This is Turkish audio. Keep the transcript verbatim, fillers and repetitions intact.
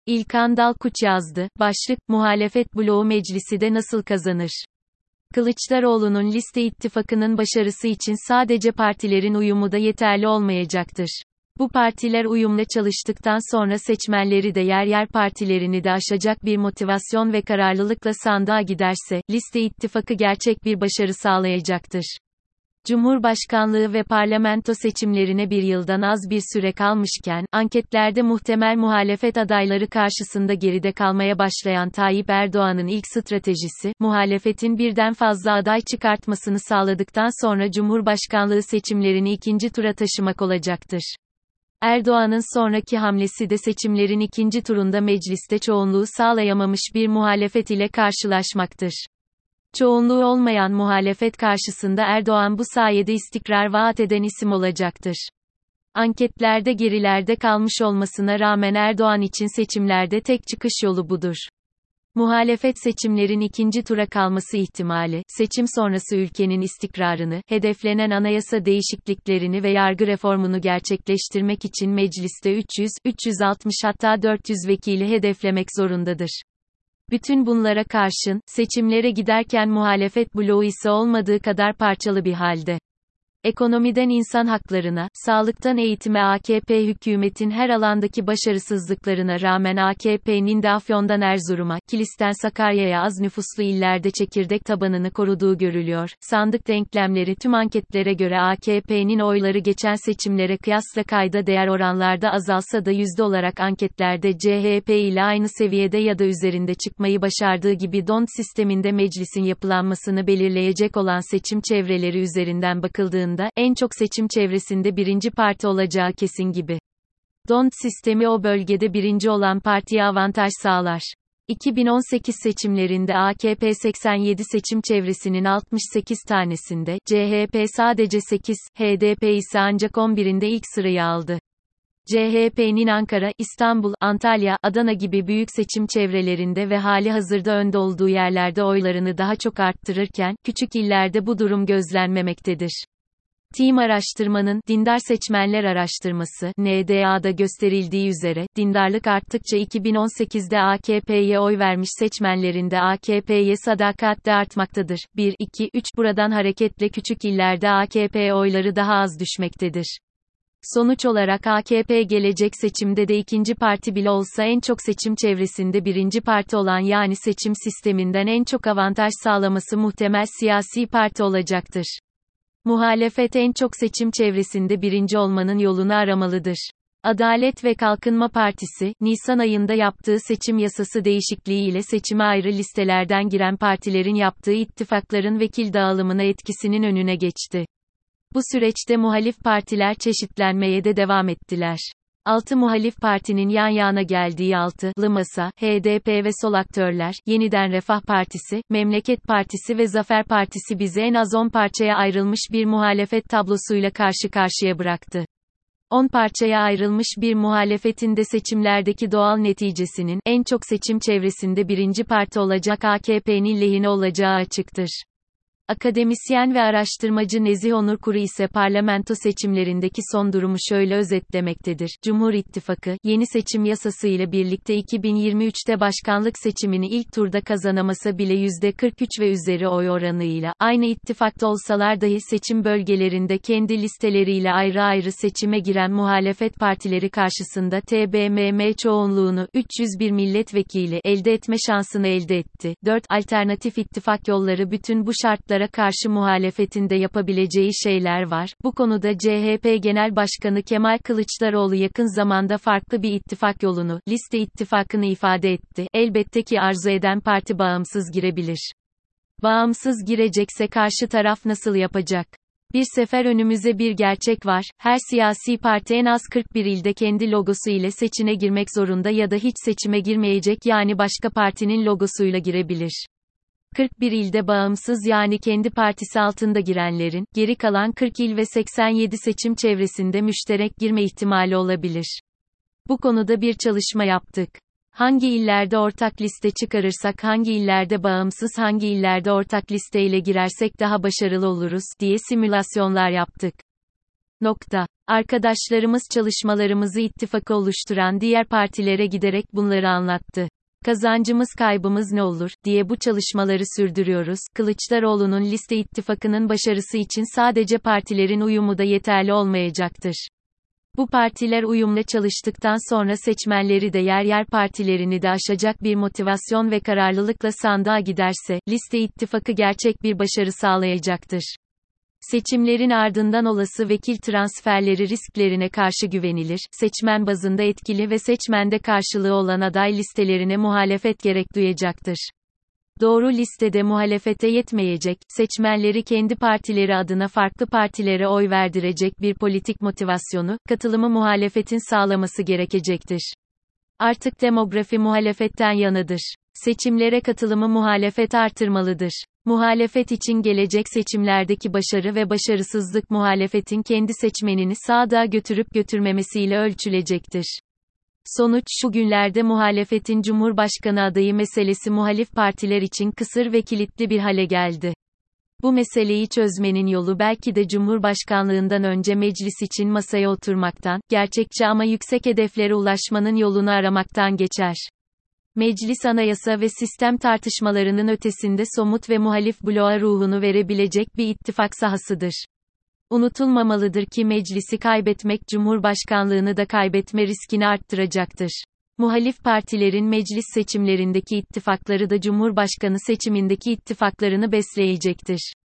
İlkan Dalkuç yazdı. Başlık, muhalefet bloğu meclisi nasıl kazanır? Kılıçdaroğlu'nun liste ittifakının başarısı için sadece partilerin uyumu da yeterli olmayacaktır. Bu partiler uyumla çalıştıktan sonra seçmenleri de yer yer partilerini de aşacak bir motivasyon ve kararlılıkla sandığa giderse, liste ittifakı gerçek bir başarı sağlayacaktır. Cumhurbaşkanlığı ve parlamento seçimlerine bir yıldan az bir süre kalmışken, anketlerde muhtemel muhalefet adayları karşısında geride kalmaya başlayan Tayyip Erdoğan'ın ilk stratejisi, muhalefetin birden fazla aday çıkartmasını sağladıktan sonra Cumhurbaşkanlığı seçimlerini ikinci tura taşımak olacaktır. Erdoğan'ın sonraki hamlesi de seçimlerin ikinci turunda mecliste çoğunluğu sağlayamamış bir muhalefet ile karşılaşmaktır. Çoğunluğu olmayan muhalefet karşısında Erdoğan bu sayede istikrar vaat eden isim olacaktır. Anketlerde gerilerde kalmış olmasına rağmen Erdoğan için seçimlerde tek çıkış yolu budur. Muhalefet seçimlerin ikinci tura kalması ihtimali, seçim sonrası ülkenin istikrarını, hedeflenen anayasa değişikliklerini ve yargı reformunu gerçekleştirmek için mecliste üç yüz, üç yüz altmış hatta dört yüz vekili hedeflemek zorundadır. Bütün bunlara karşın, seçimlere giderken muhalefet bloğu ise olmadığı kadar parçalı bir halde. Ekonomiden insan haklarına, sağlıktan eğitime A K P hükümetin her alandaki başarısızlıklarına rağmen A K P'nin de Afyon'dan Erzurum'a, Kilis'ten Sakarya'ya az nüfuslu illerde çekirdek tabanını koruduğu görülüyor. Sandık denklemleri tüm anketlere göre A K P'nin oyları geçen seçimlere kıyasla kayda değer oranlarda azalsa da yüzde olarak anketlerde C H P ile aynı seviyede ya da üzerinde çıkmayı başardığı gibi D O N T sisteminde meclisin yapılanmasını belirleyecek olan seçim çevreleri üzerinden bakıldığında, en çok seçim çevresinde birinci parti olacağı kesin gibi. D O N T sistemi o bölgede birinci olan partiye avantaj sağlar. iki bin on sekiz seçimlerinde A K P seksen yedi seçim çevresinin altmış sekiz tanesinde, C H P sadece sekiz, H D P ise ancak on birinde ilk sırayı aldı. C H P'nin Ankara, İstanbul, Antalya, Adana gibi büyük seçim çevrelerinde ve hali hazırda önde olduğu yerlerde oylarını daha çok arttırırken, küçük illerde bu durum gözlenmemektedir. Team araştırmanın, Dindar Seçmenler Araştırması, N D A'da gösterildiği üzere, dindarlık arttıkça iki bin on sekizde A K P'ye oy vermiş seçmenlerin de A K P'ye sadakat de artmaktadır. bir, iki, üç Buradan hareketle küçük illerde A K P oyları daha az düşmektedir. Sonuç olarak A K P gelecek seçimde de ikinci parti bile olsa en çok seçim çevresinde birinci parti olan yani seçim sisteminden en çok avantaj sağlaması muhtemel siyasi parti olacaktır. Muhalefet en çok seçim çevresinde birinci olmanın yolunu aramalıdır. Adalet ve Kalkınma Partisi, Nisan ayında yaptığı seçim yasası değişikliğiyle seçime ayrı listelerden giren partilerin yaptığı ittifakların vekil dağılımına etkisinin önüne geçti. Bu süreçte muhalif partiler çeşitlenmeye de devam ettiler. Altı muhalif partinin yan yana geldiği altılı masa, H D P ve sol aktörler, Yeniden Refah Partisi, Memleket Partisi ve Zafer Partisi bizi en az on parçaya ayrılmış bir muhalefet tablosuyla karşı karşıya bıraktı. on parçaya ayrılmış bir muhalefetin de seçimlerdeki doğal neticesinin, en çok seçim çevresinde birinci parti olacak A K P'nin lehine olacağı açıktır. Akademisyen ve araştırmacı Nezih Onur Kuru ise parlamento seçimlerindeki son durumu şöyle özetlemektedir. Cumhur İttifakı, yeni seçim yasası ile birlikte iki bin yirmi üçte başkanlık seçimini ilk turda kazanamasa bile yüzde kırk üç ve üzeri oy oranıyla, aynı ittifakta olsalar dahi seçim bölgelerinde kendi listeleriyle ayrı ayrı seçime giren muhalefet partileri karşısında T B M M çoğunluğunu, üç yüz bir milletvekili elde etme şansını elde etti. dört Alternatif ittifak yolları bütün bu şartlara karşı muhalefetin de yapabileceği şeyler var. Bu konuda C H P Genel Başkanı Kemal Kılıçdaroğlu yakın zamanda farklı bir ittifak yolunu, liste ittifakını ifade etti. Elbette ki arzu eden parti bağımsız girebilir. Bağımsız girecekse karşı taraf nasıl yapacak? Bir sefer önümüze bir gerçek var, her siyasi parti en az kırk bir ilde kendi logosu ile seçime girmek zorunda ya da hiç seçime girmeyecek yani başka partinin logosuyla girebilir. kırk bir ilde bağımsız yani kendi partisi altında girenlerin, geri kalan kırk il ve seksen yedi seçim çevresinde müşterek girme ihtimali olabilir. Bu konuda bir çalışma yaptık. Hangi illerde ortak liste çıkarırsak hangi illerde bağımsız hangi illerde ortak listeyle girersek daha başarılı oluruz diye simülasyonlar yaptık. Nokta. Arkadaşlarımız çalışmalarımızı ittifakı oluşturan diğer partilere giderek bunları anlattı. Kazancımız kaybımız ne olur, diye bu çalışmaları sürdürüyoruz. Kılıçdaroğlu'nun liste ittifakının başarısı için sadece partilerin uyumu da yeterli olmayacaktır. Bu partiler uyumla çalıştıktan sonra seçmenleri de yer yer partilerini de aşacak bir motivasyon ve kararlılıkla sandığa giderse, liste ittifakı gerçek bir başarı sağlayacaktır. Seçimlerin ardından olası vekil transferleri risklerine karşı güvenilir, seçmen bazında etkili ve seçmende karşılığı olan aday listelerine muhalefet gerek duyacaktır. Doğru listede muhalefete yetmeyecek, seçmenleri kendi partileri adına farklı partilere oy verdirecek bir politik motivasyonu, katılımı muhalefetin sağlaması gerekecektir. Artık demografi muhalefetten yanadır. Seçimlere katılımı muhalefet artırmalıdır. Muhalefet için gelecek seçimlerdeki başarı ve başarısızlık muhalefetin kendi seçmenini sağdığa götürüp götürmemesiyle ölçülecektir. Sonuç şu günlerde muhalefetin Cumhurbaşkanı adayı meselesi muhalif partiler için kısır ve kilitli bir hale geldi. Bu meseleyi çözmenin yolu belki de Cumhurbaşkanlığından önce meclis için masaya oturmaktan, gerçekçi ama yüksek hedeflere ulaşmanın yolunu aramaktan geçer. Meclis anayasa ve sistem tartışmalarının ötesinde somut ve muhalif bloğa ruhunu verebilecek bir ittifak sahasıdır. Unutulmamalıdır ki meclisi kaybetmek Cumhurbaşkanlığını da kaybetme riskini arttıracaktır. Muhalif partilerin meclis seçimlerindeki ittifakları da Cumhurbaşkanı seçimindeki ittifaklarını besleyecektir.